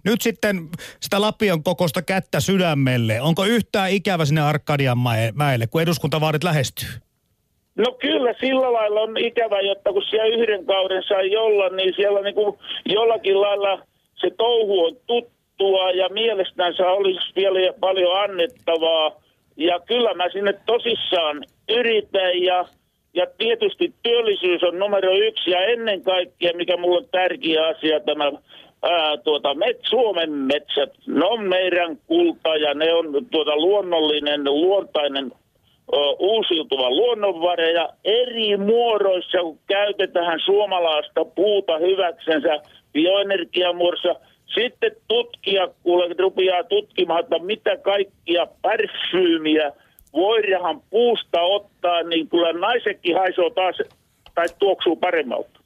Nyt sitten sitä Lapion kokoista kättä sydämelle. Onko yhtään ikävä sinne Arkadian mäelle, kun eduskuntavaalit lähestyy? No kyllä sillä lailla on ikävä, jotta kun siellä yhden kauden sai olla, niin siellä niinku jollakin lailla se touhu on tuttua ja mielestänsä olisi vielä paljon annettavaa. Ja kyllä mä sinne tosissaan yritän ja tietysti työllisyys on numero 1 ja ennen kaikkea, mikä mulla on tärkeä asia, tämä Suomen metsät. Ne on meidän kulta ja ne on luonnollinen, luontainen uusiutuva luonnonvare ja eri muodoissa, kun käytetään suomalaista puuta hyväksensä bioenergiamuodossa. Sitten tutkija, kuule, rupeaa tutkimaan, että mitä kaikkia parfyymiä voidaan puusta ottaa, niin kyllä naisetkin haisoo taas tai tuoksuu paremmalta.